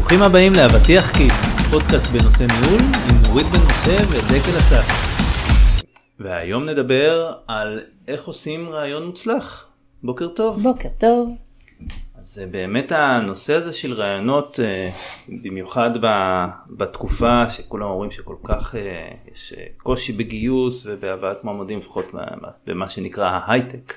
ברוכים הבאים לאבטיח כיס, פודקאסט בנושא ניהול עם נורית בן משה ודקל אסף. והיום נדבר על איך עושים רעיון מוצלח. בוקר טוב. בוקר טוב. אז באמת הנושא הזה של רעיונות, במיוחד בתקופה שכולם אומרים שכל כך יש קושי בגיוס ובהבאת מועמדים, לפחות במה שנקרא ההייטק.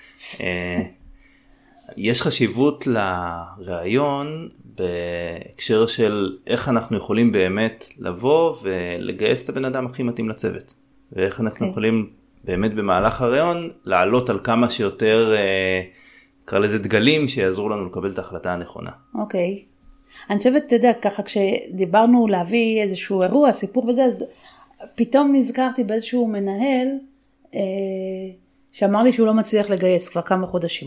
יש חשיבות לרעיון בהקשר של איך אנחנו יכולים באמת לבוא ולגייס את הבן אדם הכי מתאים לצוות. ואיך אנחנו יכולים באמת במהלך הרעיון לעלות על כמה שיותר, נקרא לזה דגלים שיעזרו לנו לקבל את ההחלטה הנכונה. אוקיי. אני חושבת, אתה יודע, ככה כשדיברנו להביא איזשהו אירוע, סיפור וזה, אז פתאום נזכרתי באיזשהו מנהל שאמר לי שהוא לא מצליח לגייס כבר כמה חודשים.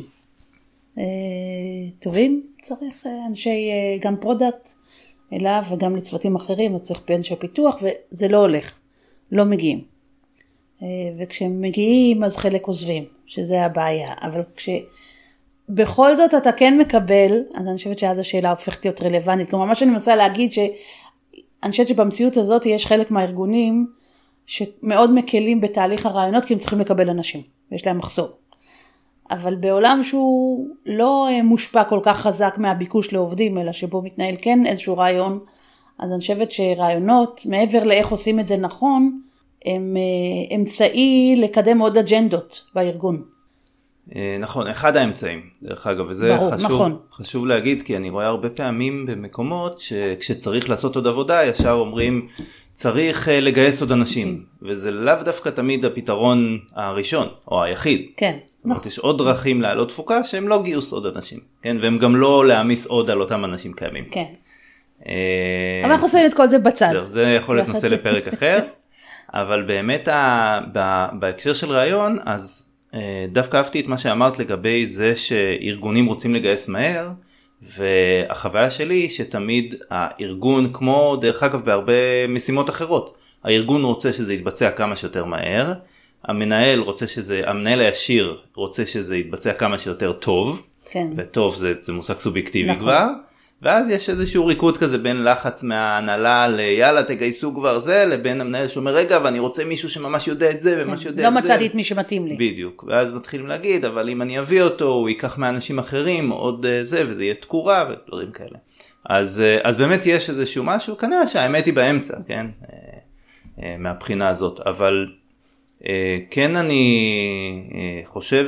טובים, צריך אנשי גם פרודקט אליו וגם לצוותים אחרים, צריך אנשי פיתוח, וזה לא הולך, לא מגיעים. וכשהם מגיעים אז חלק עוזבים, שזה הבעיה, אבל כשבכל זאת אתה כן מקבל, אז אני חושבת שאז השאלה הופכת להיות רלוונטית. כלומר, מה שאני מנסה להגיד שאני חושבת שבמציאות הזאת יש חלק מהארגונים שמאוד מקלים בתהליך הרעיונות, כי הם צריכים לקבל אנשים, ויש להם מחסור. אבל בעולם שהוא לא מושפע כל כך חזק מהביקוש לעובדים, אלא שבו מתנהל כן איזשהו רעיון, אז אני חושבת שרעיונות, מעבר לאיך עושים את זה נכון, הם אמצעי לקדם עוד אג'נדות בארגון. נכון, אחד האמצעים, דרך אגב, וזה חשוב להגיד, כי אני רואה הרבה פעמים במקומות שכשצריך לעשות עוד עבודה, ישר אומרים, צריך לגייס עוד אנשים, וזה לאו דווקא תמיד הפתרון הראשון, או היחיד. כן. נכון. יש עוד דרכים לעלות תפוקה, שהם לא גיוס עוד אנשים, כן? והם גם לא להעמיס עוד על אותם אנשים קיימים. כן. אבל אנחנו עושים את כל זה בצד. זה יכול להיות נושא לפרק אחר, אבל באמת בהקשר של רעיון, אז דווקא אהבתי את מה שאמרת לגבי זה שארגונים רוצים לגייס מהר, והחוויה שלי שתמיד הארגון, כמו דרך אגב בהרבה משימות אחרות, הארגון רוצה שזה יתבצע כמה שיותר מהר, המנהל הישיר רוצה שזה יתבצע כמה שיותר טוב, כן. וטוב זה מושג סובייקטיבי כבר, ואז יש איזשהו ריקוד כזה בין לחץ מההנהלה ליאללה תגייסו כבר זה, לבין המנהל שאומר רגע ואני רוצה מישהו שממש יודע את זה וממש יודע את זה. לא מצאתי את מי שמתאים לי. בדיוק, ואז מתחילים להגיד אבל אם אני אביא אותו הוא ייקח מאנשים אחרים עוד זה וזה יהיה תקורה ודברים כאלה. אז באמת יש איזשהו משהו, כנראה שהאמת היא באמצע, כן? מהבחינה הזאת, אבל כן אני חושב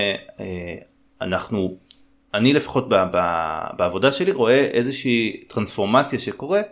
אני לפחות בעבודה שלי רואה איזושהי טרנספורמציה שקורית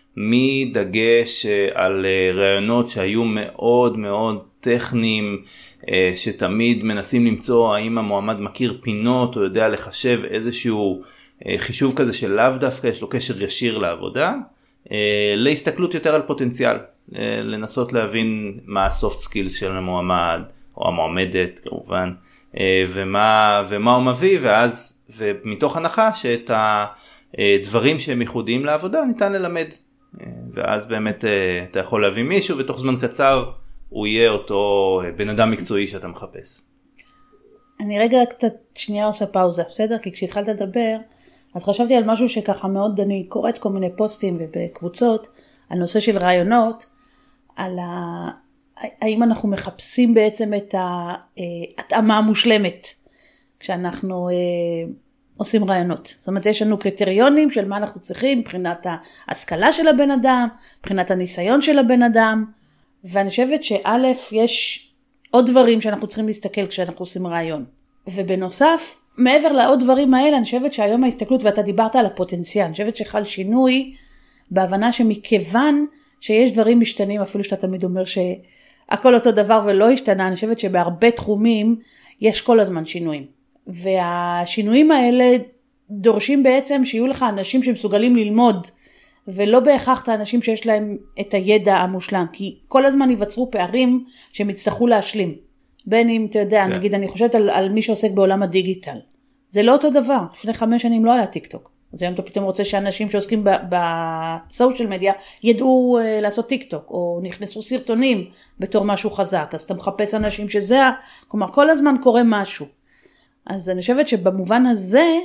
מדגש על רעיונות שהיו מאוד מאוד טכניים, שתמיד מנסים למצוא האם המועמד מכיר פינות או יודע לחשב איזשהו חישוב כזה שלאו דווקא יש לו קשר ישיר לעבודה, להסתכלות יותר על פוטנציאל, לנסות להבין מה הסופט סקילס של המועמד או המועמדת כמובן, ומה הוא מביא, ומתוך הנחה שאת הדברים שהם ייחודיים לעבודה ניתן ללמד, ואז באמת אתה יכול להביא מישהו ותוך זמן קצר הוא יהיה אותו בן אדם מקצועי שאתה מחפש. אני רגע קצת שנייה עושה פאוזה, בסדר? כי כשהתחלת לדבר אז חשבתי על משהו שככה מאוד, אני קוראת כל מיני פוסטים ובקבוצות על נושא של רעיונות, על האם אנחנו מחפשים בעצם את ההתאמה המושלמת כשאנחנו עושים רעיונות. זאת אומרת, יש לנו קריטריונים של מה אנחנו צריכים מבחינת ההשכלה של הבן אדם, מבחינת הניסיון של הבן אדם, ואני חושבת שא' יש עוד דברים שאנחנו צריכים להסתכל כשאנחנו עושים רעיון. ובנוסף, מעבר לעוד דברים האלה, אני חושבת שהיום ההסתכלות, ואתה דיברת על הפוטנציאל, אני חושבת שחל שינוי בהבנה שמכיוון שיש דברים משתנים, אפילו שאתה תמיד אומר שהכל אותו דבר ולא השתנה, אני חושבת שבהרבה תחומים יש כל הזמן שינויים. והשינויים האלה דורשים בעצם שיהיו לך אנשים שמסוגלים ללמוד, ולא בהכרח את האנשים שיש להם את הידע המושלם, כי כל הזמן ייווצרו פערים שהם יצטרכו להשלים. בין אם, אתה יודע, נגיד, אני חושבת על מי שעוסק בעולם הדיגיטל. זה לא אותו דבר. לפני 5 שנים לא היה טיק טוק. אז היום אתה פתאום רוצה שאנשים שעוסקים בסושיאל מדיה ידעו לעשות טיק טוק, או נכנסו סרטונים בתור משהו חזק. אז אתה מחפש אנשים שזה, כלומר, כל הזמן קורה משהו. אז אני חושבת שבמובן הזה,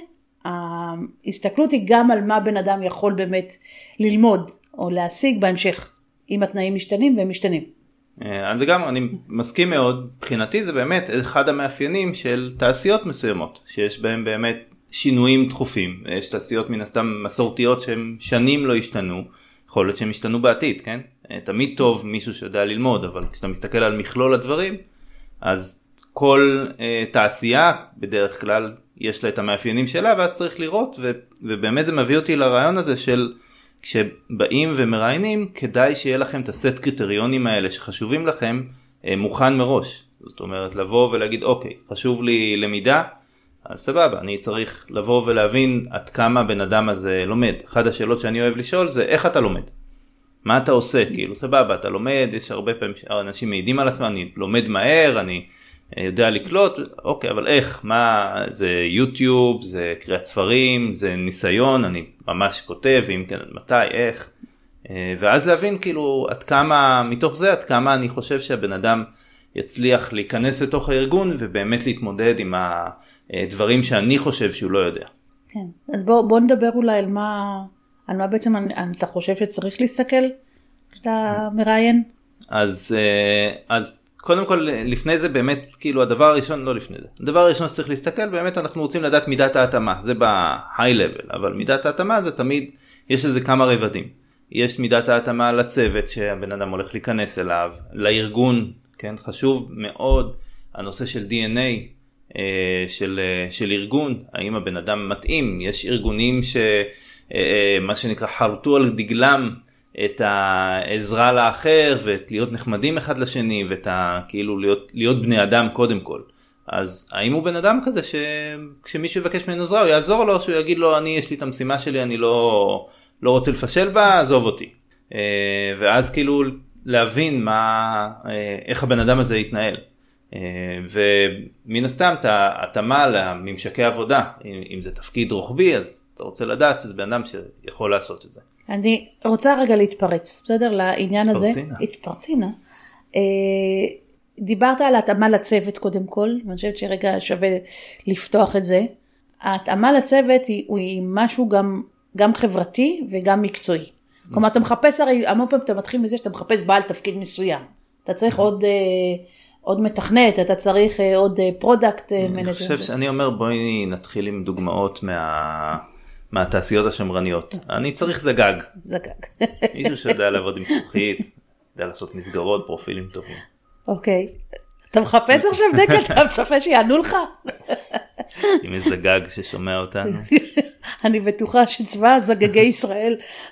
ההסתכלות היא גם על מה בן אדם יכול באמת ללמוד או להשיג בהמשך, אם התנאים משתנים והם משתנים. אז גם אני מסכים מאוד, מבחינתי זה באמת אחד המאפיינים של תעשיות מסוימות, שיש בהם באמת שינויים דחופים. יש תעשיות מן הסתם מסורתיות שהם שנים לא השתנו, יכול להיות שהם השתנו בעתיד, כן? תמיד טוב מישהו שיודע ללמוד, אבל כשאתה מסתכל על מכלול הדברים, אז כל תעשייה בדרך כלל יש לה את המאפיינים שלה, ואז צריך לראות, ובאמת זה מביא אותי לרעיון הזה של כשבאים ומראיינים, כדאי שיהיה לכם את הסט קריטריונים האלה שחשובים לכם מוכן מראש. זאת אומרת, לבוא ולהגיד, אוקיי, חשוב לי למידה, אז סבבה, אני צריך לבוא ולהבין עד כמה בן אדם הזה לומד. אחת השאלות שאני אוהב לשאול זה, איך אתה לומד? מה אתה עושה? כאילו, סבבה, אתה לומד, יש הרבה פעמים, אנשים מעידים על עצמם, אני לומד מהר, אני יודע לקלוט, אוקיי, אבל איך? מה, זה יוטיוב, זה קריאת ספרים, זה ניסיון, אני ממש כותב, אם כן, מתי, איך? ואז להבין, כאילו, עד כמה, מתוך זה, עד כמה אני חושב שהבן אדם יצליח להיכנס לתוך הארגון, ובאמת להתמודד עם הדברים שאני חושב שהוא לא יודע. כן, אז בוא נדבר אולי על מה בעצם אתה חושב שצריך להסתכל כשאתה מראיין? אז קודם כל, לפני זה באמת, כאילו הדבר הראשון, לא לפני זה, הדבר הראשון שצריך להסתכל, באמת אנחנו רוצים לדעת מידת ההתאמה, זה ב-high level, אבל מידת ההתאמה זה תמיד, יש לזה כמה רבדים. יש מידת ההתאמה לצוות שהבן אדם הולך להיכנס אליו, לארגון, כן, חשוב מאוד, הנושא של DNA, של ארגון, האם הבן אדם מתאים, יש ארגונים מה שנקרא חרטו על דגלם את העזרה לאחר, ואת להיות נחמדים אחד לשני, ואת כאילו להיות בני אדם קודם כל. אז האם הוא בן אדם כזה שכשמישהו יבקש ממנו עזרה, הוא יעזור לו, שהוא יגיד לו, יש לי את המשימה שלי, אני לא רוצה לפשל בה, עזוב אותי. ואז כאילו להבין איך הבן אדם הזה יתנהל. ומן הסתם אתה התאמה לממשקי עבודה, אם זה תפקיד רוחבי, אז אתה רוצה לדעת שזה בן אדם שיכול לעשות את זה. אני רוצה רגע להתפרץ, בסדר? לעניין הזה. התפרצינה. דיברת על התאמה לצוות קודם כל, ואני חושבת שרגע שווה לפתוח את זה. ההתאמה לצוות היא משהו גם חברתי וגם מקצועי. כלומר, אתה מחפש, הרי המון פעם אתה מתחיל מזה שאתה מחפש בעל תפקיד מסוים. אתה צריך עוד מתכנת, אתה צריך עוד פרודקט מנג'ר. אני חושב שאני אומר, בואי נתחיל עם דוגמאות מהתעשיות השמרניות. אני צריך זגג. זגג. מישהו שיודע לעבוד עם זכוכית, יודע לעשות מסגרות, פרופילים טובים. אוקיי. אתה מחפש עכשיו דקה, אתה מצפה שיענו לך? עם איזה זגג ששומע אותנו. אני בטוחה שצבא זגגי ישראל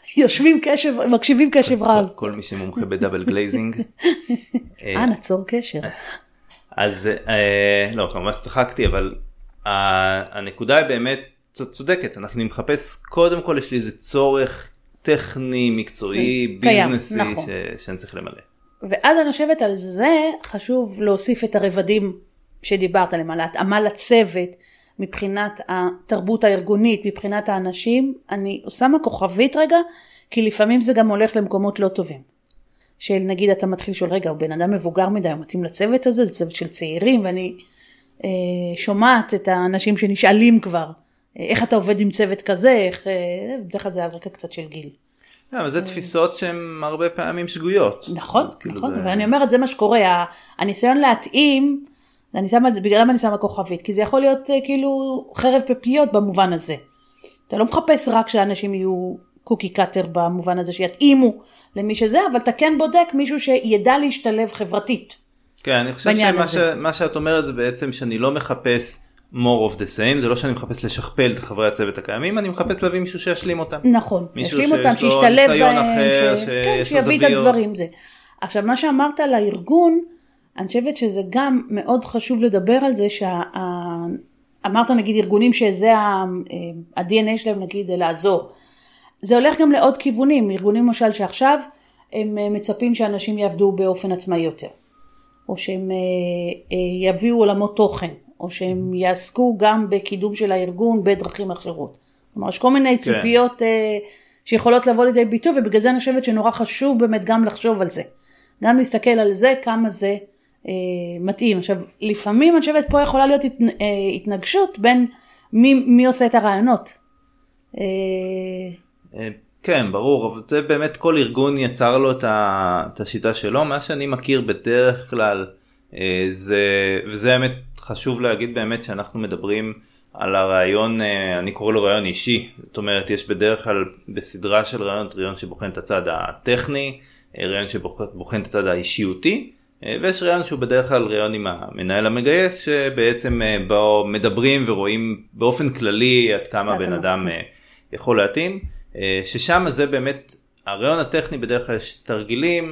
מקשיבים קשב רב. כל מי שמומחה בדאבל גלייזינג. נצור קשר. אז לא, כמובן שצחקתי, אבל הנקודה היא באמת צודקת. אנחנו מחפש, קודם כל יש לי איזה צורך טכני, מקצועי, ביזנסי, שאני צריך למלא. ואז אני חושבת על זה, חשוב להוסיף את הרבדים שדיברת עליהם, על ההתאמה לצוות, מבחינת התרבות הארגונית, מבחינת האנשים. אני שמה כוכבית רגע, כי לפעמים זה גם הולך למקומות לא טובים. של נגיד אתה מתחיל לשאול, רגע, הוא בן אדם מבוגר מדי, הוא מתאים לצוות הזה, זה צוות של צעירים, ואני שומעת את האנשים שנשאלים כבר, איך אתה עובד עם צוות כזה, בדרך כלל זה על רקע קצת של גיל. אבל זה תפיסות שהן הרבה פעמים שגויות. נכון, נכון, ואני אומרת, זה מה שקורה, הניסיון להתאים, אני שמה את זה, בגלל מה אני שמה כוכבית, כי זה יכול להיות כאילו חרב פפיות במובן הזה. אתה לא מחפש רק שאנשים יהיו קוקי קאטר במובן הזה, שיתאימו למי שזה, אבל אתה כן בודק מישהו שידע להשתלב חברתית. כן, אני חושב שמה שאת אומרת זה בעצם שאני לא מחפש more of the same, זה לא שאני מחפש לשכפל את חברי הצוות הקיימים, אני מחפש להביא מישהו שישלים אותם. נכון, ישלים אותם, שישתלב בהם, שיביא את הדברים. עכשיו, מה שאמרת על הארגון, אני חושבת שזה גם מאוד חשוב לדבר על זה, אמרת נגיד ארגונים שזה ה-DNA שלהם נגיד זה לעזור. זה הולך גם לעוד כיוונים, ארגונים למשל שעכשיו הם מצפים שאנשים יעבדו באופן עצמאי יותר, או שהם יביאו עולמות תוכן, או שהם יעסקו גם בקידום של הארגון בדרכים אחרות. כלומר, יש כל מיני ציפיות שיכולות לבוא לידי ביטוי, ובגלל זה אני חושבת שנורא חשוב באמת גם לחשוב על זה. גם להסתכל על זה, כמה זה מתאים. עכשיו, לפעמים אני חושבת פה יכולה להיות התנגשות בין מי עושה את הרעיונות? כן, ברור, אבל זה באמת כל ארגון יצר לו את השיטה שלו. מה שאני מכיר בדרך כלל, וזה באמת חשוב להגיד באמת שאנחנו מדברים על הרעיון, אני קורא לו רעיון אישי. זאת אומרת, יש בדרך כלל בסדרה של רעיון שבוחן את הצד הטכני, רעיון שבוחן את הצד האישיותי, ויש רעיון שהוא בדרך כלל רעיון עם המנהל המגייס, שבעצם בו מדברים ורואים באופן כללי עד כמה בן אדם יכול להתאים, ששם זה באמת, הרעיון הטכני בדרך כלל יש תרגילים,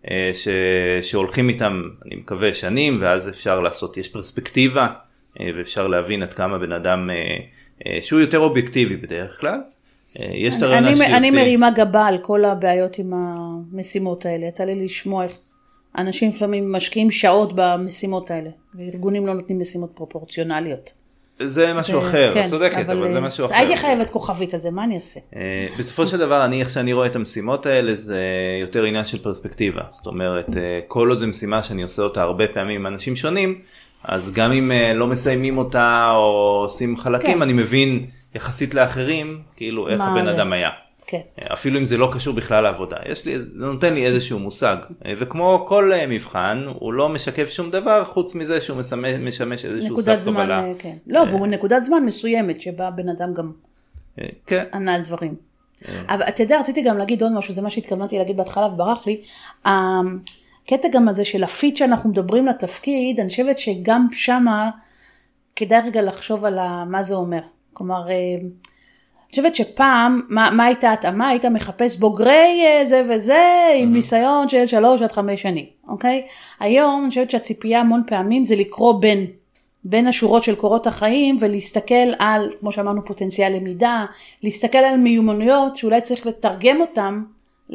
שהולכים איתם, אני מקווה, שנים, ואז אפשר לעשות, יש פרספקטיבה, ואפשר להבין עד כמה בן אדם, שהוא יותר אובייקטיבי בדרך כלל. יש את הרעיון השיותי. אני מרימה גבה על כל הבעיות עם המשימות האלה. יצא לי לשמוע איך אנשים לפעמים משקיעים שעות במשימות האלה, וארגונים לא נותנים משימות פרופורציונליות. זה משהו אחר, את צודקת, אבל זה משהו אחר. הייתי חייבת כוכבית על זה, מה אני אעשה? בסופו של דבר, איך שאני רואה את המשימות האלה, זה יותר עניין של פרספקטיבה. זאת אומרת, כל עוד זו משימה שאני עושה אותה הרבה פעמים עם אנשים שונים, אז גם אם לא מסיימים אותה או עושים חלקים, אני מבין יחסית לאחרים, כאילו איך הבן אדם היה. אפילו אם זה לא קשור בכלל לעבודה. זה נותן לי איזשהו מושג. וכמו כל מבחן, הוא לא משקף שום דבר, חוץ מזה שהוא משמש איזשהו סף תובלה. לא, והוא נקודת זמן מסוימת, שבה בן אדם גם ענה על דברים. אבל אתה יודע, רציתי גם להגיד עוד משהו, זה מה שהתכוונתי להגיד בהתחלה וברח לי. הקטע גם הזה של הפיט שאנחנו מדברים לתפקיד, אני חושבת שגם שמה כדאי רגע לחשוב על מה זה אומר. כלומר, אני חושבת שפעם, מה הייתה התאמה? היית מחפש בוגרי זה וזה, עם ניסיון של 3 עד 5 שנים, אוקיי? היום אני חושבת שהציפייה המון פעמים זה לקרוא בין השורות של קורות החיים, ולהסתכל על, כמו שאמרנו, פוטנציאל למידה, להסתכל על מיומנויות, שאולי צריך לתרגם אותם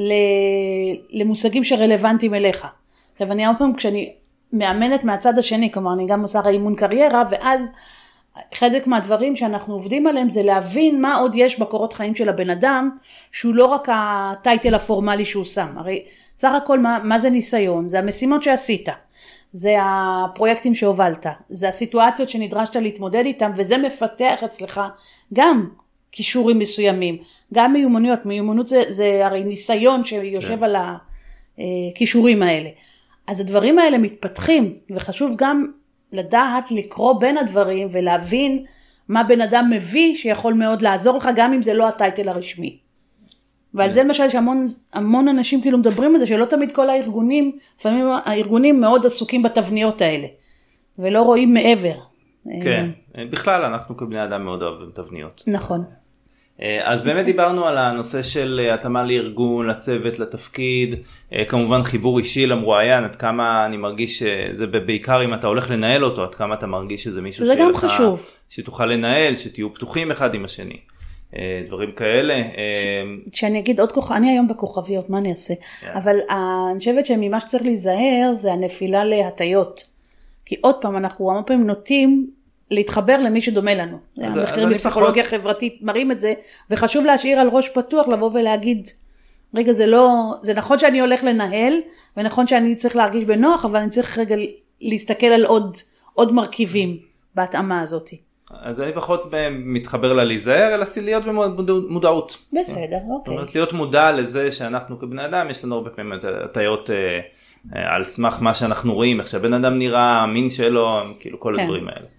למושגים שרלוונטיים אליך. עכשיו, אני הרבה פעם, כשאני מאמנת מהצד השני, כלומר, אני גם עושה אימון קריירה, ואז חלק מהדברים שאנחנו עובדים עליהם זה להבין מה עוד יש בקורות חיים של הבן אדם, שהוא לא רק הטייטל הפורמלי שהוא שם. הרי סך הכל מה זה ניסיון? זה המשימות שעשית, זה הפרויקטים שהובלת, זה הסיטואציות שנדרשת להתמודד איתם, וזה מפתח אצלך גם כישורים מסוימים, גם מיומנויות. מיומנות זה הרי ניסיון שיושב על הכישורים האלה. אז הדברים האלה מתפתחים, וחשוב גם לדעת לקרוא בין הדברים ולהבין מה בן אדם מביא שיכול מאוד לעזור לך, גם אם זה לא הטייטל הרשמי. ועל זה למשל שהמון אנשים כאילו מדברים על זה, שלא תמיד כל הארגונים, לפעמים הארגונים מאוד עסוקים בתבניות האלה, ולא רואים מעבר. כן, בכלל אנחנו כבני אדם מאוד אוהבים תבניות. נכון. אז באמת דיברנו על הנושא של התאמה לארגון, לצוות, לתפקיד, כמובן חיבור אישי למרואיין, עד כמה אני מרגיש שזה בעיקר אם אתה הולך לנהל אותו, עד כמה אתה מרגיש שזה מישהו זה גם חשוב. שתוכל לנהל, שתהיו פתוחים אחד עם השני, דברים כאלה. שאני אגיד עוד אני היום בכוכביות, מה אני אעשה? אבל אני חושבת שממה שצריך להיזהר זה הנפילה להטיות. כי עוד פעם אנחנו הרבה פעמים נוטים להתחבר למי שדומה לנו. המחקרים בפסיכולוגיה חברתית מראים את זה, וחשוב להשאיר על ראש פתוח, לבוא ולהגיד, רגע, זה נכון שאני הולך לנהל, ונכון שאני צריך להרגיש בנוח, אבל אני צריך רגע להסתכל על עוד מרכיבים בהתאמה הזאת. אז אני פחות מתחבר להיזהר, אלא להיות במודעות. בסדר, אוקיי. זאת אומרת, להיות מודע לזה שאנחנו כבני אדם, יש לנו הרבה פעמים הטיות על סמך מה שאנחנו רואים, איך שהבן אדם נראה, המין שלו, כאילו כל הדברים האלה.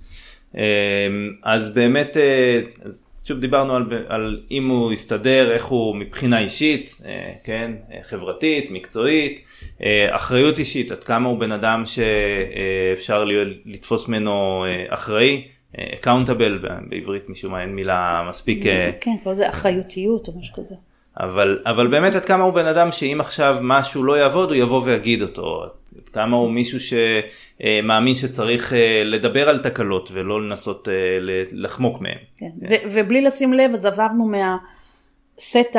אז באמת, אז שוב דיברנו על אם הוא יסתדר, איך הוא מבחינה אישית, כן, חברתית, מקצועית, אחריות אישית, עד כמה הוא בן אדם שאפשר לתפוס ממנו אחראי, accountable, בעברית משום מה אין מילה מספיק. כן, כבר זה אחריותיות או משהו כזה. אבל באמת עד כמה הוא בן אדם שאם עכשיו משהו לא יעבוד, הוא יבוא ויגיד אותו. עד כמה הוא מישהו שמאמין שצריך לדבר על תקלות ולא לנסות לחמוק מהם. כן. ובלי לשים לב, אז עברנו מהסט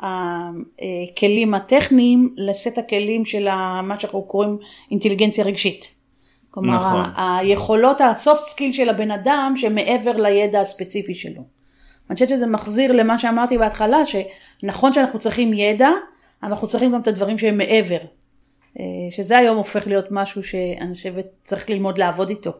הכלים הטכניים לסט הכלים של מה שאנחנו קוראים אינטליגנציה רגשית. כלומר, נכון. היכולות, הסופט סקיל של הבן אדם שמעבר לידע הספציפי שלו. אני חושבת שזה מחזיר למה שאמרתי בהתחלה, שנכון שאנחנו צריכים ידע, אבל אנחנו צריכים גם את הדברים שהם מעבר. שזה היום הופך להיות משהו שאני חושבת צריך ללמוד לעבוד איתו.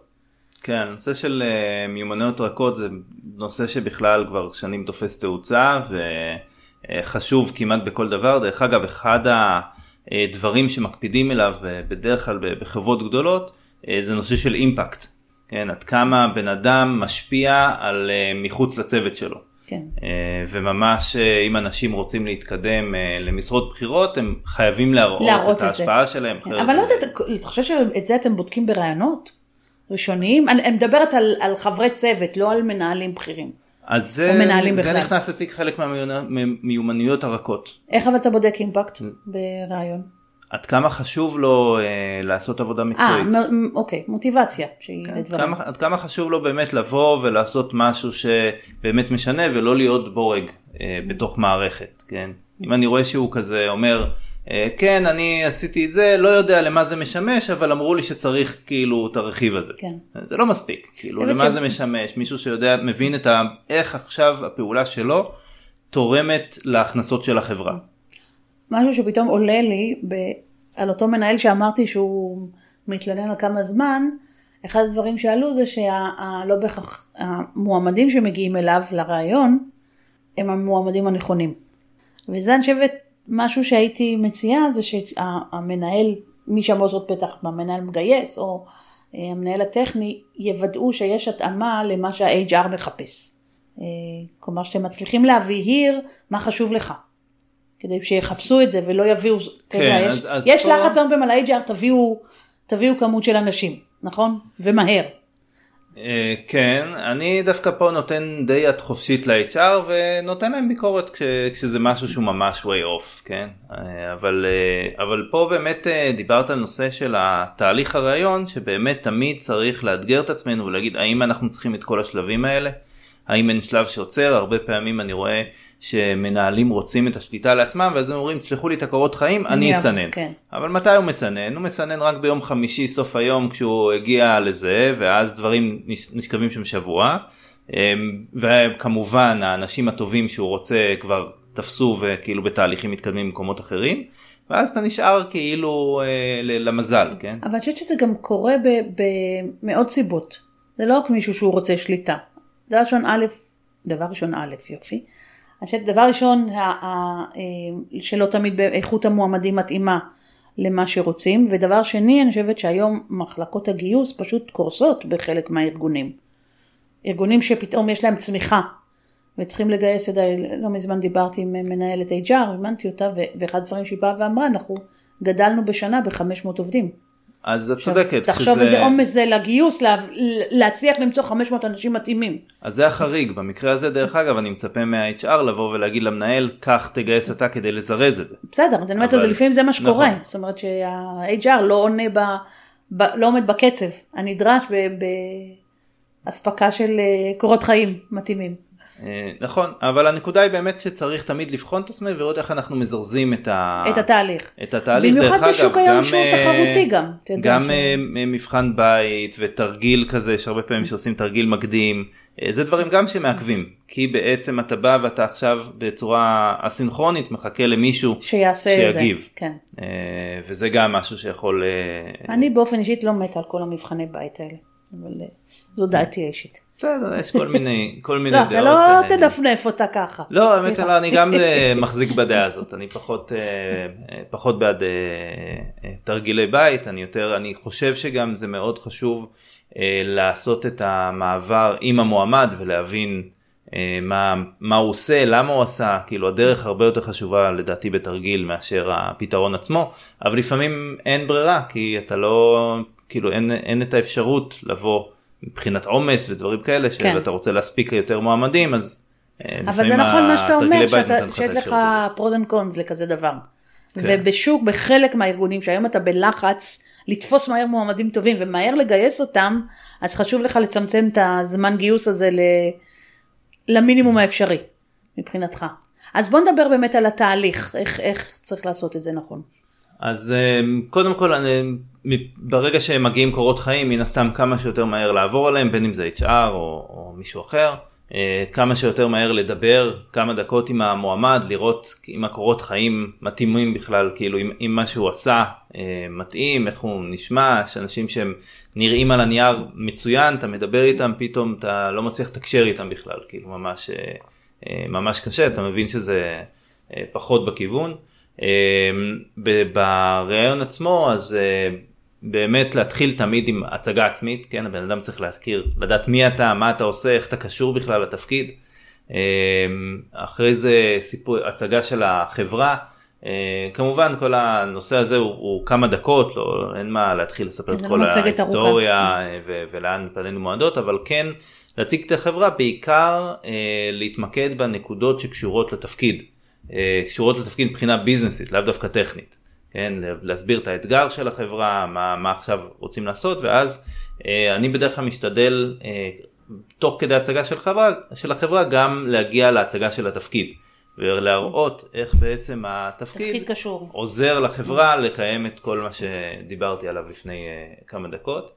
כן, הנושא של מיומנויות רכות זה נושא שבכלל כבר שנים תופס תאוצה וחשוב כמעט בכל דבר. דרך אגב, אחד הדברים שמקפידים אליו בדרך כלל בחברות גדולות זה נושא של אימפקט. כן, עד כמה בן אדם משפיע על מחוץ לצוות שלו. כן. וממש אם אנשים רוצים להתקדם למשרות בחירות, הם חייבים להראות את ההשפעה שלהם. כן. אבל לא יודעת, אתה חושב שאת זה אתם בודקים ברעיונות ראשוניים? אני מדברת על חברי צוות, לא על מנהלים בכירים. אז זה נכנס לציג חלק מהמיומנויות הרכות. איך אבל אתה בודק אימפקט ברעיון? עד כמה חשוב לו לעשות עבודה מקצועית. אוקיי, מוטיבציה שהיא לדברים. עד כמה חשוב לו באמת לבוא ולעשות משהו שבאמת משנה ולא להיות בורג בתוך מערכת, כן? אם אני רואה שהוא כזה אומר, כן, אני עשיתי את זה, לא יודע למה זה משמש, אבל אמרו לי שצריך כאילו את הרכיב הזה. כן. זה לא מספיק, כאילו למה זה משמש, מישהו שיודע, מבין איך עכשיו הפעולה שלו תורמת להכנסות של החברה. משהו שפתאום עולה לי על אותו מנהל שאמרתי שהוא מתלונן על כמה זמן, אחד הדברים שעלו זה שלא בהכרח המועמדים שמגיעים אליו לרעיון, הם המועמדים הנכונים. וזה אני חושבת משהו שהייתי מציעה, זה שהמנהל, מי שאמור זאת בטח, המנהל מגייס, או המנהל הטכני, יוודאו שיש התאמה למה שה-HR מחפש. כלומר שאתם מצליחים להבהיר מה חשוב לך. כדי שיחפשו את זה ולא יביאו, כן, יש לחץ היום במלא HR, תביאו כמות של אנשים, נכון? ומהר. כן, אני דווקא פה נותן די יד חופשית ל-HR ונותן להם ביקורת כשזה משהו שהוא ממש way off, כן? אבל פה באמת דיברת על נושא של התהליך הרעיון, שבאמת תמיד צריך לאתגר את עצמנו ולהגיד, האם אנחנו צריכים את כל השלבים האלה? האם אין שלב שעוצר? הרבה פעמים אני רואה שמנהלים רוצים את השליטה לעצמם, ואז הם אומרים, תשלחו לי את הקורות חיים, אני אסנן. כן. אבל מתי הוא מסנן? הוא מסנן רק ביום חמישי, סוף היום, כשהוא הגיע לזה, ואז דברים נשכבים שם שבוע, וכמובן, האנשים הטובים שהוא רוצה כבר תפסו, וכאילו בתהליכים מתקדמים במקומות אחרים, ואז אתה נשאר כאילו למזל, כן? אבל אני חושבת שזה גם קורה במאות סיבות. זה לא רק מישהו שהוא רוצה שליטה. דבר ראשון א', יופי. דבר ראשון, שלא תמיד באיכות המועמדים מתאימה למה שרוצים, ודבר שני, אני חושבת שהיום מחלקות הגיוס פשוט קורסות בחלק מהארגונים. ארגונים שפתאום יש להם צמיחה, וצריכים לגייס, לא מזמן דיברתי עם מנהלת HR, הבנתי אותה, ואחד הדברים שהיא באה ואמרה, אנחנו גדלנו בשנה ב-500 עובדים. אז את צודקת. תחשוב איזה עומס זה לגיוס, להצליח למצוא 500 אנשים מתאימים. אז זה החריג. במקרה הזה, דרך אגב, אני מצפה מה-HR לבוא ולהגיד למנהל, כך תגייס אתה כדי לזרז את זה. בסדר, אז אני אומרת, לפעמים זה מה שקורה. זאת אומרת שה-HR לא עונה, לא עומד בקצב הנדרש בהספקה של קורות חיים מתאימים. נכון, אבל הנקודה היא באמת שצריך תמיד לבחון את עצמנו ולראות איך אנחנו מזרזים את התהליך. במיוחד בשוק היום שהוא תחרותי גם. גם מבחן בית ותרגיל כזה, שהרבה פעמים שעושים תרגיל מקדים, זה דברים גם שמעכבים, כי בעצם אתה בא ואתה עכשיו בצורה אסינכרונית מחכה למישהו שיגיב. כן. וזה גם משהו שיכול... אני באופן אישית לא מת על כל המבחני בית האלה, אבל זו דעתי אישית. בסדר, יש כל מיני דעות. אתה לא תדפנף אותה ככה. לא, האמת לא, אני גם מחזיק בדעה הזאת. אני פחות בעד תרגילי בית. אני חושב שגם זה מאוד חשוב לעשות את המעבר עם המועמד ולהבין מה הוא עושה, למה הוא עשה. כאילו הדרך הרבה יותר חשובה לדעתי בתרגיל מאשר הפתרון עצמו. אבל לפעמים אין ברירה, כי אתה לא, כאילו אין את האפשרות לבוא מבחינת עומס ודברים כאלה, שאתה רוצה להספיק יותר מועמדים, אז אבל זה נכון מה שאתה אומר, שיש לך פרוז אנד קונס לכזה דבר. ובשוק, בחלק מהארגונים, שהיום אתה בלחץ, לתפוס מהר מועמדים טובים, ומהר לגייס אותם, אז חשוב לך לצמצם את הזמן גיוס הזה למינימום האפשרי, מבחינתך. אז בוא נדבר באמת על התהליך, איך צריך לעשות את זה נכון. אז קודם כל, ברגע שהם מגיעים קורות חיים, מן הסתם כמה שיותר מהר לעבור עליהם, בין אם זה HR או מישהו אחר, כמה שיותר מהר לדבר כמה דקות עם המועמד, לראות אם הקורות חיים מתאימים בכלל, כאילו אם מה שהוא עשה מתאים, איך הוא נשמע, שאנשים שהם נראים על הנייר מצוין, אתה מדבר איתם, פתאום אתה לא מצליח לתקשר איתם בכלל, כאילו ממש קשה, אתה מבין שזה פחות בכיוון. ברעיון עצמו, אז באמת להתחיל תמיד עם הצגה עצמית, כן, הבן אדם צריך להזכיר, לדעת מי אתה, מה אתה עושה, איך אתה קשור בכלל לתפקיד. אחרי זה הצגה של החברה, כמובן כל הנושא הזה הוא כמה דקות, לא, אין מה להתחיל לספר את כל ההיסטוריה ולאן פנינו מועדות, אבל כן להציג את החברה, בעיקר להתמקד בנקודות שקשורות לתפקיד, קשורות לתפקיד מבחינה ביזנסית, לאו דווקא טכנית. כן, להסביר את האתגר של החברה, מה עכשיו רוצים לעשות, ואז אני בדרך כלל משתדל, תוך כדי הצגה של החברה, גם להגיע להצגה של התפקיד, ולהראות איך בעצם התפקיד עוזר לחברה לקיים את כל מה שדיברתי עליו לפני כמה דקות.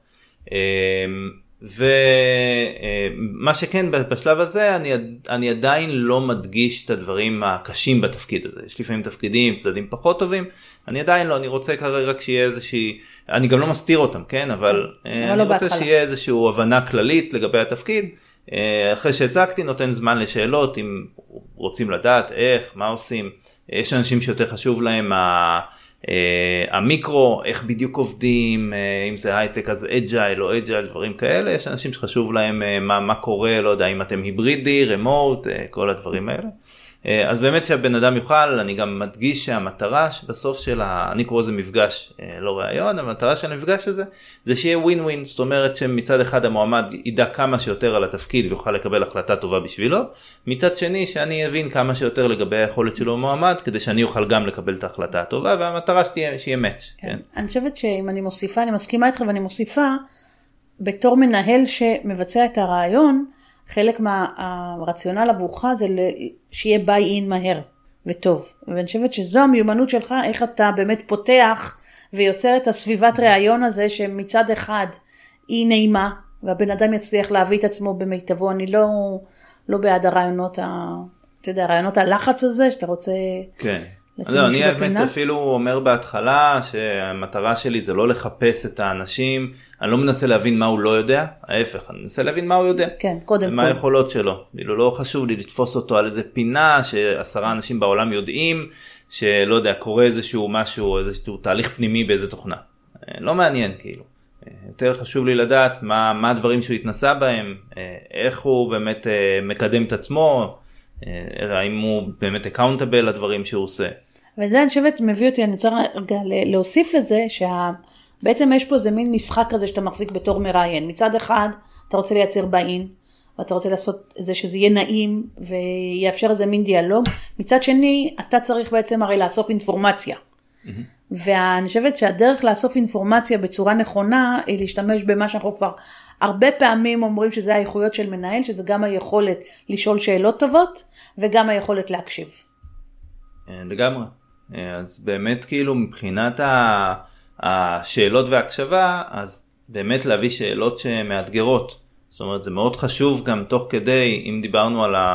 ומה שכן בשלב הזה, אני עדיין לא מדגיש את הדברים הקשים בתפקיד הזה. יש לפעמים תפקידים, צדדים פחות טובים, אני עדיין לא, אני רוצה כרגע רק שיהיה איזושהי, אני גם לא מסתיר אותם, כן? אבל אני רוצה שיהיה איזושהי הבנה כללית לגבי התפקיד. אחרי שהצגתי, נותן זמן לשאלות, אם רוצים לדעת איך, מה עושים. יש אנשים שיותר חשוב להם המיקרו, איך בדיוק עובדים, אם זה הייטק אז אג'ייל או אג'ייל, דברים כאלה. יש אנשים שחשוב להם מה קורה, לא יודע אם אתם היברידי, רמוט, כל הדברים האלה. אז באמת שהבן אדם יוכל, אני גם מדגיש שהמטרה שבסוף של אני קורא לזה מפגש, לא רעיון, המטרה של המפגש הזה, זה שיהיה ווין ווין, זאת אומרת שמצד אחד המועמד ידע כמה שיותר על התפקיד ויוכל לקבל החלטה טובה בשבילו, מצד שני שאני אבין כמה שיותר לגבי היכולת שלו במועמד, כדי שאני אוכל גם לקבל את ההחלטה הטובה, והמטרה שיהיה מאץ'. כן. אני חושבת שאם אני מוסיפה, אני מסכימה איתך ואני מוסיפה, בתור מנהל שמבצע את הרעיון, חלק מהרציונל עבורך זה שיהיה ביי-אין מהר וטוב. ואני חושבת שזו המיומנות שלך, איך אתה באמת פותח ויוצר את הסביבת רעיון הזה, שמצד אחד היא נעימה, והבן אדם יצליח להביא את עצמו במיטבו. אני לא בעד הרעיונות, אתה יודע, הרעיונות הלחץ הזה, שאתה רוצה... כן. אני באמת אפילו אומר בהתחלה שהמטרה שלי זה לא לחפש את האנשים, אני לא מנסה להבין מה הוא לא יודע, ההפך, אני מנסה להבין מה הוא יודע. כן, קודם כל. מה היכולות שלו. לא חשוב לי לתפוס אותו על איזה פינה ש10 אנשים בעולם יודעים, שלא יודע, קורה איזשהו משהו, איזשהו תהליך פנימי באיזה תוכנה. לא מעניין כאילו. יותר חשוב לי לדעת מה הדברים שהוא התנסה בהם, איך הוא באמת מקדם את עצמו, האם הוא באמת accountable לדברים שהוא עושה. וזה אני חושבת מביא אותי, אני צריך להוסיף לזה שבעצם יש פה איזה מין משחק כזה שאתה מחזיק בתור מראיין. מצד אחד אתה רוצה לייצר ביין, ואתה רוצה לעשות את זה שזה יהיה נעים ויאפשר איזה מין דיאלוג. מצד שני אתה צריך בעצם הרי לאסוף אינפורמציה. ואני חושבת שהדרך לאסוף אינפורמציה בצורה נכונה היא להשתמש במה שאנחנו כבר הרבה פעמים אומרים שזה האיכויות של מנהל, שזה גם היכולת לשאול שאלות טובות וגם היכולת להקשיב. לגמרי. אז באמת כאילו מבחינת השאלות וההקשבה, אז באמת להביא שאלות שמאתגרות. זאת אומרת, זה מאוד חשוב גם תוך כדי, אם דיברנו על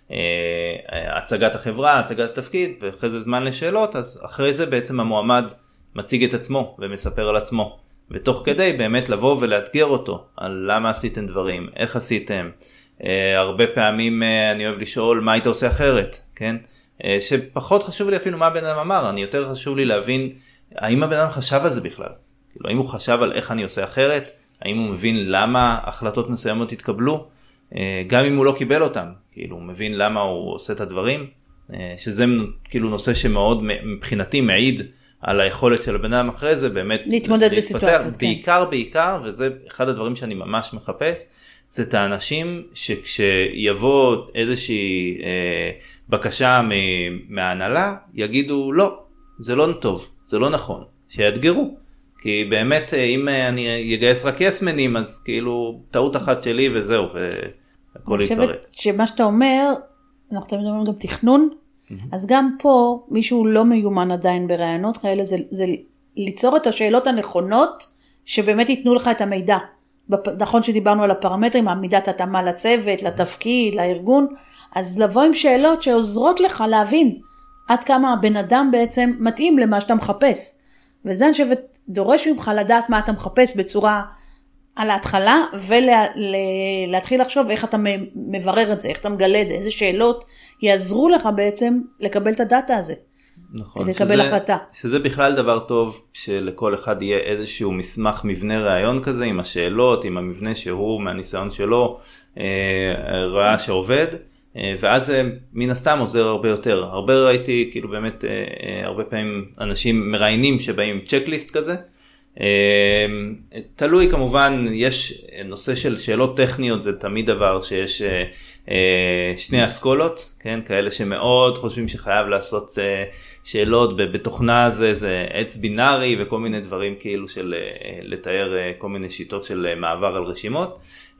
הצגת החברה, הצגת התפקיד, ואחרי זה זמן לשאלות, אז אחרי זה בעצם המועמד מציג את עצמו ומספר על עצמו. ותוך כדי באמת לבוא ולאתגר אותו על למה עשיתם דברים, איך עשיתם. הרבה פעמים אני אוהב לשאול מה היית עושה אחרת, כן? שפחות חשוב לי אפילו מה הבן אדם אמר, אני יותר חשוב לי להבין האם הבן אדם חשב על זה בכלל. כאילו, האם הוא חשב על איך אני עושה אחרת, האם הוא מבין למה החלטות מסוימות התקבלו, גם אם הוא לא קיבל אותם, כאילו הוא מבין למה הוא עושה את הדברים, שזה כאילו נושא שמאוד מבחינתי מעיד על היכולת של הבן אדם אחרי זה באמת להתמודד בסיטואציות. בעיקר, וזה אחד הדברים שאני ממש מחפש, זה את האנשים שכשיבוא איזושהי בקשה מההנהלה, יגידו לא, זה לא טוב, זה לא נכון, שיאתגרו. כי באמת אם אני אגייס רק יסמנים, אז כאילו טעות אחת שלי וזהו, והכל יתפרק. אני חושבת שמה שאתה אומר, אנחנו תמיד אומרים גם תכנון, אז גם פה מישהו לא מיומן עדיין ברעיונות כאלה, זה ליצור את השאלות הנכונות, שבאמת ייתנו לך את המידע. נכון שדיברנו על הפרמטרים, עמידת התאמה לצוות, לתפקיד, לארגון, אז לבוא עם שאלות שעוזרות לך להבין עד כמה הבן אדם בעצם מתאים למה שאתה מחפש. וזה אני חושבת, דורש ממך לדעת מה אתה מחפש בצורה על ההתחלה, ולהתחיל לחשוב איך אתה מברר את זה, איך אתה מגלה את זה, איזה שאלות יעזרו לך בעצם לקבל את הדאטה הזה. נכון, כדי לקבל החלטה. שזה בכלל דבר טוב שלכל אחד יהיה איזשהו מסמך מבנה רעיון כזה, עם השאלות, עם המבנה שהוא מהניסיון שלו, ראה שעובד, ואז זה מן הסתם עוזר הרבה יותר. הרבה ראיתי, כאילו באמת, הרבה פעמים אנשים מראיינים שבאים עם צ'קליסט כזה, תלוי כמובן, יש נושא של שאלות טכניות, זה תמיד דבר שיש שני אסכולות, כן? כאלה שמאוד חושבים שחייב לעשות שאלות בתוכנה זה עץ בינארי וכל מיני דברים כאילו של לתאר כל מיני שיטות של מעבר על רשימות,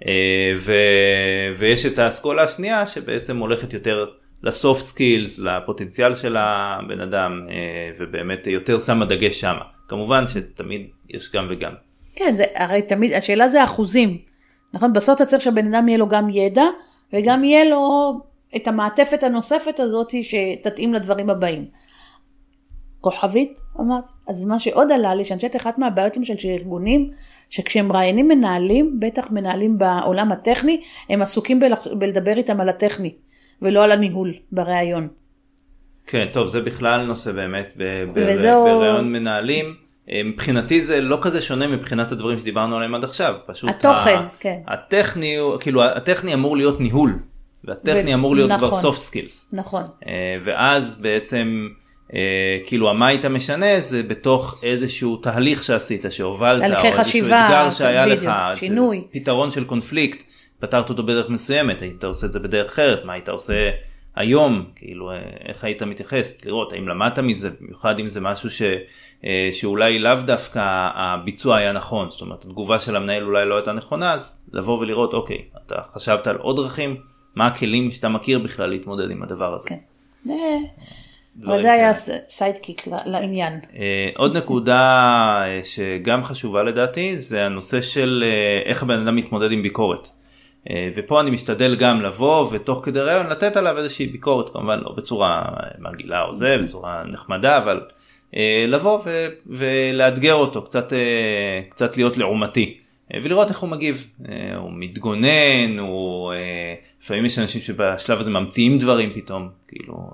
ויש את האסכולה השנייה שבעצם הולכת יותר לסופט סקילס, לפוטנציאל של הבן אדם, ובאמת יותר שמה דגש שם. כמובן שתמיד יש גם וגם. כן, הרי תמיד, השאלה זה אחוזים. נכון? בסוף אתה צריך שהבן אדם יהיה לו גם ידע, וגם יהיה לו את המעטפת הנוספת הזאת שתתאים לדברים הבאים. כוכבית, אמרת. אז מה שעוד עלה לי, שאני חושבת אחת מהבעיות למשל של ארגונים, שכשהם ראיינים מנהלים, בטח מנהלים בעולם הטכני, הם עסוקים בלדבר איתם על הטכני, ולא על הניהול בראיון. כן, טוב, זה בכלל נושא באמת בראיון מנהלים. מבחינתי זה לא כזה שונה מבחינת הדברים שדיברנו עליהם עד עכשיו. פשוט התוכן, כן. הטכני, כאילו, הטכני אמור להיות ניהול, והטכני אמור להיות כבר soft skills. נכון. ואז בעצם, כאילו, מה היית משנה זה בתוך איזשהו תהליך שעשית, שהובלת, או איזשהו אתגר שהיה לך, שינוי. פתרון של קונפליקט, פתרת אותו בדרך מסוימת, היית עושה את זה בדרך אחרת, מה היית עושה היום, כאילו, איך היית מתייחס, לראות, האם למדת מזה, במיוחד אם זה משהו שאולי לאו דווקא הביצוע היה נכון, זאת אומרת, התגובה של המנהל אולי לא הייתה נכונה, אז לבוא ולראות, אוקיי, אתה חשבת על עוד דרכים, מה הכלים שאתה מכיר בכלל להתמודד עם הדבר הזה. כן. אבל זה היה סיידקיק לעניין. עוד נקודה שגם חשובה לדעתי, זה הנושא של איך הבן אדם מתמודד עם ביקורת. ופה אני משתדל גם לבוא ותוך כדי רעיון לתת עליו איזושהי ביקורת, כמובן לא בצורה מגעילה או זה, בצורה נחמדה, אבל לבוא ולאתגר אותו, קצת להיות לעומתי, ולראות איך הוא מגיב. הוא מתגונן, לפעמים יש אנשים שבשלב הזה ממציאים דברים פתאום, כאילו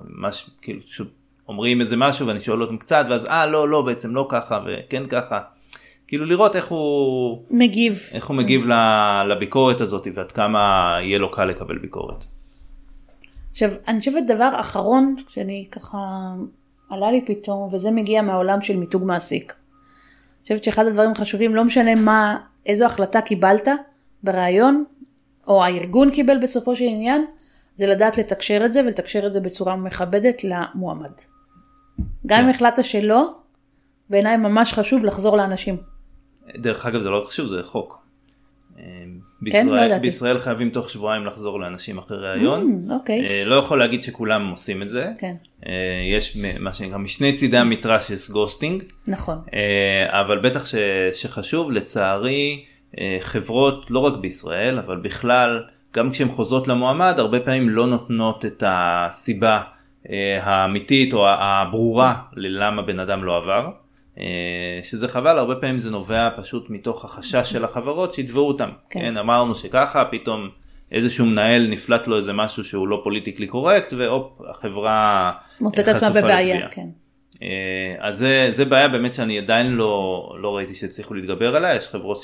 אומרים איזה משהו ואני שואל אותם קצת, ואז לא, בעצם לא ככה וכן ככה. כאילו לראות איך הוא מגיב לביקורת הזאת, ועד כמה יהיה לו קל לקבל ביקורת. עכשיו, אני חושבת דבר אחרון, שאני ככה עלה לי פתאום, וזה מגיע מהעולם של מיתוג מעסיק. אני חושבת שאחד הדברים חשובים, לא משנה איזו החלטה קיבלת ברעיון, או הארגון קיבל בסופו של עניין, זה לדעת לתקשר את זה, ולתקשר את זה בצורה מכבדת למועמד. גם אם החלטת שלא, בעיניי ממש חשוב לחזור לאנשים. דרך אגב זה לא חשוב, זה חוק. כן, לא ידעתי. בישראל חייבים תוך שבועיים לחזור לאנשים אחרי רעיון. אוקיי. לא יכול להגיד שכולם עושים את זה. כן. יש מה שנקרא משני צידי המתרס יש גוסטינג. נכון. אבל בטח שחשוב, לצערי, חברות לא רק בישראל, אבל בכלל, גם כשהן חוזרות למועמד, הרבה פעמים לא נותנות את הסיבה האמיתית או הברורה ללמה בן אדם לא עבר. שזה חבל, הרבה פעמים זה נובע פשוט מתוך החשש של החברות שיתבעו אותם. כן, אמרנו שככה, פתאום איזשהו מנהל נפלט לו איזה משהו שהוא לא פוליטיקלי קורקט, ואופ, החברה מוצאת עצמה בבעיה, כן. אז זה בעיה באמת שאני עדיין לא ראיתי שהצליחו להתגבר עליה, יש חברות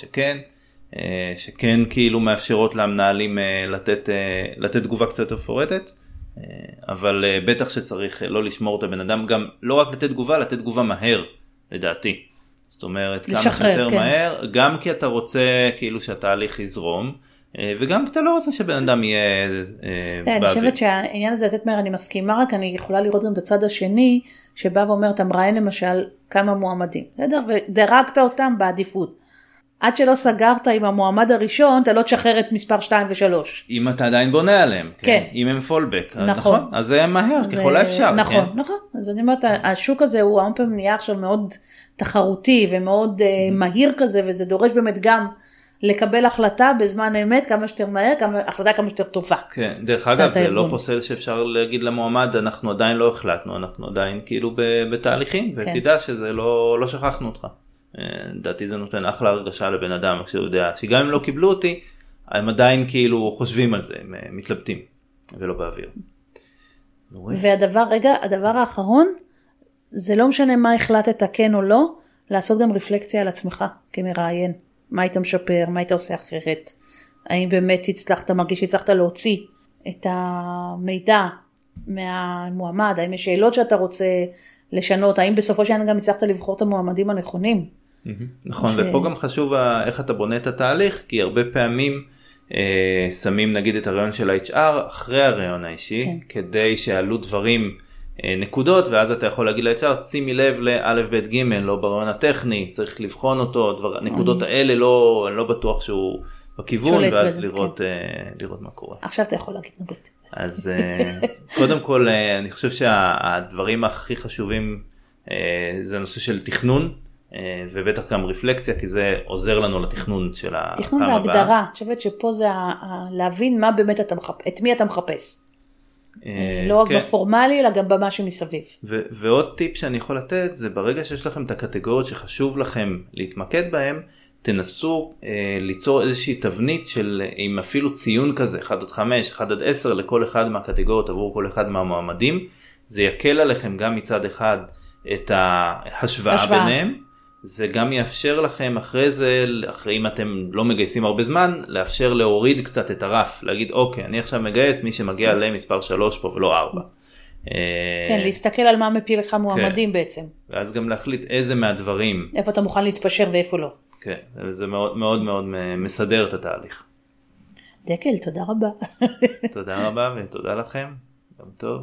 שכן כאילו מאפשרות למנהלים לתת תגובה קצת מפורטת, אבל בטח שצריך לא לשמור את הבן אדם, גם לא רק לתת תגובה מהר, לדעתי. זאת אומרת, כמה שיותר מהר, גם כי אתה רוצה כאילו שהתהליך יזרום, וגם אתה לא רוצה שבן אדם יהיה באוויר. אני חושבת שהעניין הזה לתת מהר, אני מסכימה, רק אני יכולה לראות גם את הצד השני, שבא ואומר, אתה מראיין למשל כמה מועמדים, ודרגת אותם בעדיפות. עד שלא סגרת עם המועמד הראשון, אתה לא תשחרר את מספר 2 ו-3. אם אתה עדיין בונה עליהם, כן. אם הם פולבק, נכון. אז זה מהר, ככל האפשר. נכון, נכון. אז אני אומרת, השוק הזה הוא הרבה פעמים נהיה עכשיו מאוד תחרותי, ומאוד מהיר כזה, וזה דורש באמת גם לקבל החלטה בזמן אמת כמה שיותר מהר, החלטה כמה שיותר טובה. כן, דרך אגב זה לא פוסל שאפשר להגיד למועמד אנחנו עדיין לא החלטנו, אנחנו עדיין כאילו בתהליכים, ותדע שזה לא שכחנו אותך. לדעתי זה נותן אחלה הרגשה לבן אדם, כשהוא יודע שגם אם לא קיבלו אותי, הם עדיין כאילו חושבים על זה, הם מתלבטים, ולא באוויר. הדבר האחרון, זה לא משנה מה החלטת כן או לא, לעשות גם רפלקציה על עצמך כמראיין. מה היית משפר, מה היית עושה אחרת. האם באמת מרגיש שהצלחת להוציא את המידע מהמועמד, האם יש שאלות שאתה רוצה לשנות, האם בסופו של דבר גם הצלחת לבחור את המועמדים הנכונים. נכון, ופה גם חשוב איך אתה בונה את התהליך, כי הרבה פעמים שמים נגיד את הרעיון של ה-HR אחרי הרעיון האישי, כדי שעלו דברים נקודות, ואז אתה יכול להגיד ל-HR, שימי לב לא' ב' ג' לא ברעיון הטכני, צריך לבחון אותו, הנקודות האלה אני לא בטוח שהוא בכיוון, ואז לראות מה קורה. עכשיו אתה יכול להגיד נגות. אז קודם כל, אני חושב שהדברים הכי חשובים, זה הנושא של תכנון, ובטח גם רפלקציה, כי זה עוזר לנו לתכנון של הפעם הבאה. תכנון והגדרה, אני חושבת שפה זה להבין מה באמת את מי אתה מחפש. לא רק בפורמלי, אלא גם במה שמסביב. ועוד טיפ שאני יכול לתת, זה ברגע שיש לכם את הקטגוריות שחשוב לכם להתמקד בהם, תנסו ליצור איזושהי תבנית של, עם אפילו ציון כזה, 1 עד 5, 1 עד 10, לכל אחד מהקטגוריות עבור כל אחד מהמועמדים. זה יקל עליכם גם מצד אחד את ההשוואה ביניהם, זה גם יאפשר לכם אחרי זה, אם אתם לא מגייסים הרבה זמן, לאפשר להוריד קצת את הרף, להגיד אוקיי, אני עכשיו מגייס מי שמגיע למספר 3 פה ולא 4. כן, להסתכל על מה מפיל לך מועמדים בעצם. ואז גם להחליט איזה מהדברים. איפה אתה מוכן להתפשר ואיפה לא. כן, זה מאוד מאוד מאוד מסדר את התהליך. דקל, תודה רבה. תודה רבה ותודה לכם, גם טוב.